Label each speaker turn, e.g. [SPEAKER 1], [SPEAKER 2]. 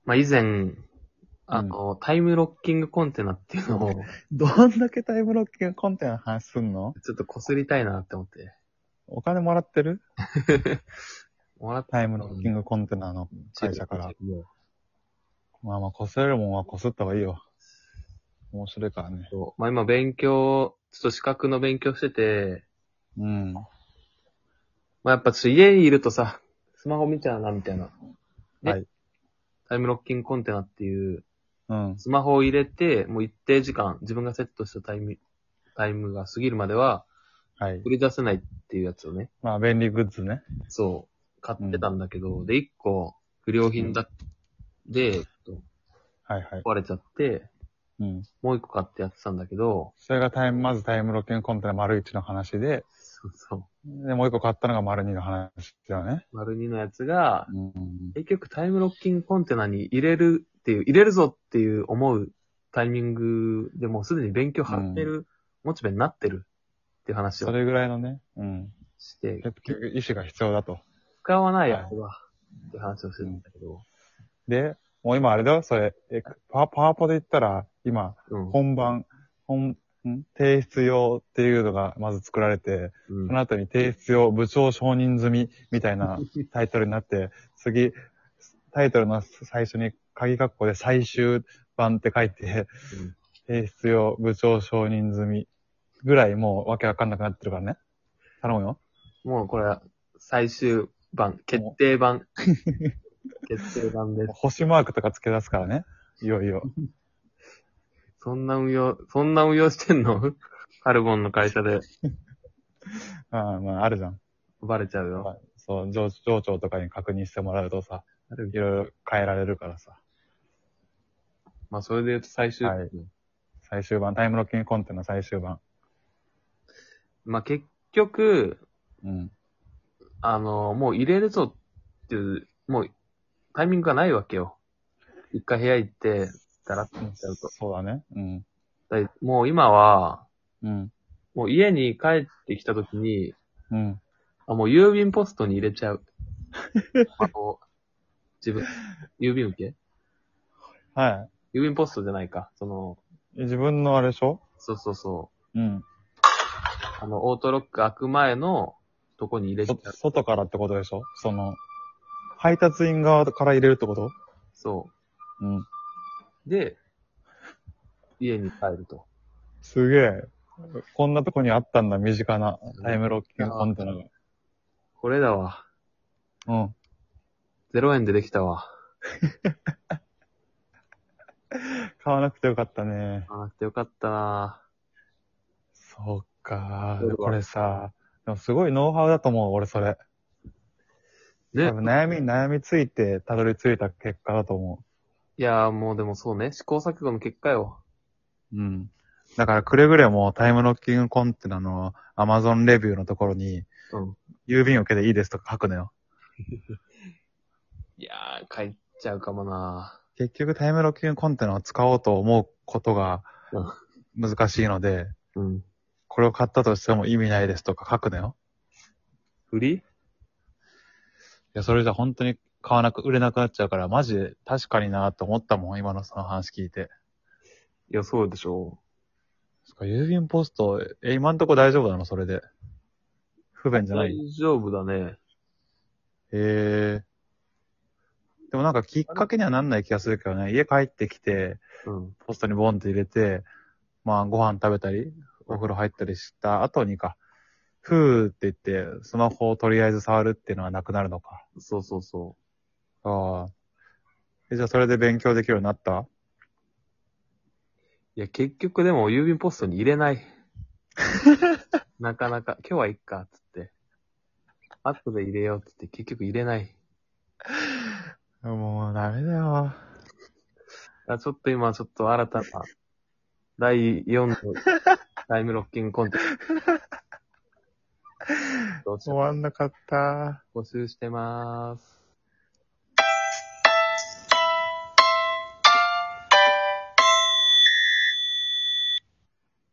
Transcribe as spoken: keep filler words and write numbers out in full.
[SPEAKER 1] まあ以前、あの、うん、タイムロッキングコンテナっていうのを、
[SPEAKER 2] どんだけタイムロッキングコンテナの話すんの？
[SPEAKER 1] ちょっと擦りたいなって思って。
[SPEAKER 2] お金もらってる？
[SPEAKER 1] もらっ
[SPEAKER 2] タイムロッキングコンテナの会社から。まあまあ、擦れるもんは擦った方がいいよ。面白いからね。
[SPEAKER 1] そう。まあ今勉強、ちょっと資格の勉強してて、
[SPEAKER 2] うん。
[SPEAKER 1] まあやっぱちょっと家にいるとさ、スマホ見ちゃうな、みたいな。で、
[SPEAKER 2] はい。
[SPEAKER 1] タイムロッキングコンテナっていう、
[SPEAKER 2] うん。
[SPEAKER 1] スマホを入れて、もう一定時間、自分がセットしたタイム、タイムが過ぎるまでは、
[SPEAKER 2] はい。
[SPEAKER 1] 売り出せないっていうやつをね。
[SPEAKER 2] まあ、便利グッズね。
[SPEAKER 1] そう。買ってたんだけど、うん、で、一個、不良品だ、うん、で、
[SPEAKER 2] はいはい。
[SPEAKER 1] 壊れちゃって、
[SPEAKER 2] うん。
[SPEAKER 1] もう一個買ってやってたんだけど、
[SPEAKER 2] それがタイム、まずタイムロッキングコンテナ丸一の話で、
[SPEAKER 1] そうそう。
[SPEAKER 2] で、もう一個買ったのが丸二の話だよね。
[SPEAKER 1] 丸二のやつが、
[SPEAKER 2] うん、
[SPEAKER 1] 結局タイムロッキングコンテナに入れるっていう、入れるぞっていう思うタイミングでもうすでに勉強始める、モチベになってるっていう話を。
[SPEAKER 2] それぐらいのね、うん。
[SPEAKER 1] して、
[SPEAKER 2] 結局意思が必要だと。
[SPEAKER 1] 使わないやつは、って話をしてるんだけど。
[SPEAKER 2] で、もう今あれだよ、それ、えパワパワポで言ったら、今、うん、本番、本、ん提出用っていうのがまず作られて、うん、その後に提出用部長承認済みみたいなタイトルになって、次、タイトルの最初に鍵括弧で最終版って書いて、うん、提出用部長承認済みぐらいもうわけわかんなくなってるからね。頼むよ。
[SPEAKER 1] もうこれは最終版、決定版。決定版です。
[SPEAKER 2] 星マークとか付け出すからね。いよいよ。
[SPEAKER 1] そんな運用、そんな運用してんのカルボンの会社で。
[SPEAKER 2] ああ、まあ、あるじゃん。
[SPEAKER 1] バレちゃうよ。まあ、
[SPEAKER 2] そう、上、上長とかに確認してもらうとさ、いろいろ変えられるからさ。
[SPEAKER 1] まあ、それで言うと最終、
[SPEAKER 2] はい。最終版、タイムロッキングコンテナ最終版。
[SPEAKER 1] まあ、結局、
[SPEAKER 2] うん。
[SPEAKER 1] あの、もう入れるぞっていう、もうタイミングがないわけよ。一回部屋行って、ガラッとしちゃうと。
[SPEAKER 2] そうだね。うん。
[SPEAKER 1] だもう今は、
[SPEAKER 2] うん。
[SPEAKER 1] もう家に帰ってきたときに、
[SPEAKER 2] うん。
[SPEAKER 1] あ、もう郵便ポストに入れちゃう。あの、自分、郵便受け
[SPEAKER 2] はい。
[SPEAKER 1] 郵便ポストじゃないか。その、
[SPEAKER 2] 自分のあれでしょ？
[SPEAKER 1] そうそうそう。
[SPEAKER 2] うん。
[SPEAKER 1] あの、オートロック開く前のとこに入れちゃう。
[SPEAKER 2] 外からってことでしょ？その、配達員側から入れるってこと？
[SPEAKER 1] そ
[SPEAKER 2] う。うん。
[SPEAKER 1] で、家に帰ると。
[SPEAKER 2] すげえ。こんなとこにあったんだ、身近なタイムロッキングコンテナが。
[SPEAKER 1] これだわ。
[SPEAKER 2] うん。
[SPEAKER 1] ゼロえんでできたわ。
[SPEAKER 2] 買わなくてよかったね。
[SPEAKER 1] 買わなくてよかったな。
[SPEAKER 2] そうか。これさ、でもすごいノウハウだと思う、俺それ。ね。多分悩み、悩みついてたどり着いた結果だと思う。
[SPEAKER 1] いやーもうでもそうね、試行錯誤の結果よ。
[SPEAKER 2] うん。だからくれぐれもタイムロッキングコンテナの Amazon レビューのところに、うん。郵便受けでいいですとか書くのよ。
[SPEAKER 1] いやー、書いちゃうかもな。
[SPEAKER 2] 結局タイムロッキングコンテナを使おうと思うことが難しいので、うん。これを買ったとしても意味ないですとか書くのよ。
[SPEAKER 1] 売り？い
[SPEAKER 2] や、それじゃ本当に買わなく、売れなくなっちゃうから、マジで確かになと思ったもん、今のその話聞いて。
[SPEAKER 1] いや、そうでしょ
[SPEAKER 2] う。そっか、郵便ポスト、え、今んとこ大丈夫なのそれで。不便じゃない？
[SPEAKER 1] 大丈夫だね。
[SPEAKER 2] へえ。でもなんかきっかけにはなんない気がするけどね、家帰ってきて、うん、ポストにボンって入れて、まあご飯食べたり、お風呂入ったりした後にか、ふーって言って、スマホをとりあえず触るっていうのはなくなるのか。
[SPEAKER 1] そうそうそう。
[SPEAKER 2] ああ。え、じゃあそれで勉強できるようになった？
[SPEAKER 1] いや、結局でも郵便ポストに入れない。なかなか、今日はいっか、つって。後で入れよう、つって結局入れない。
[SPEAKER 2] もうダメだよ。
[SPEAKER 1] あちょっと今ちょっと新たなだいよんのタイムロッキングコンテンツ。
[SPEAKER 2] 終わんなかった。
[SPEAKER 1] 募集してまーす。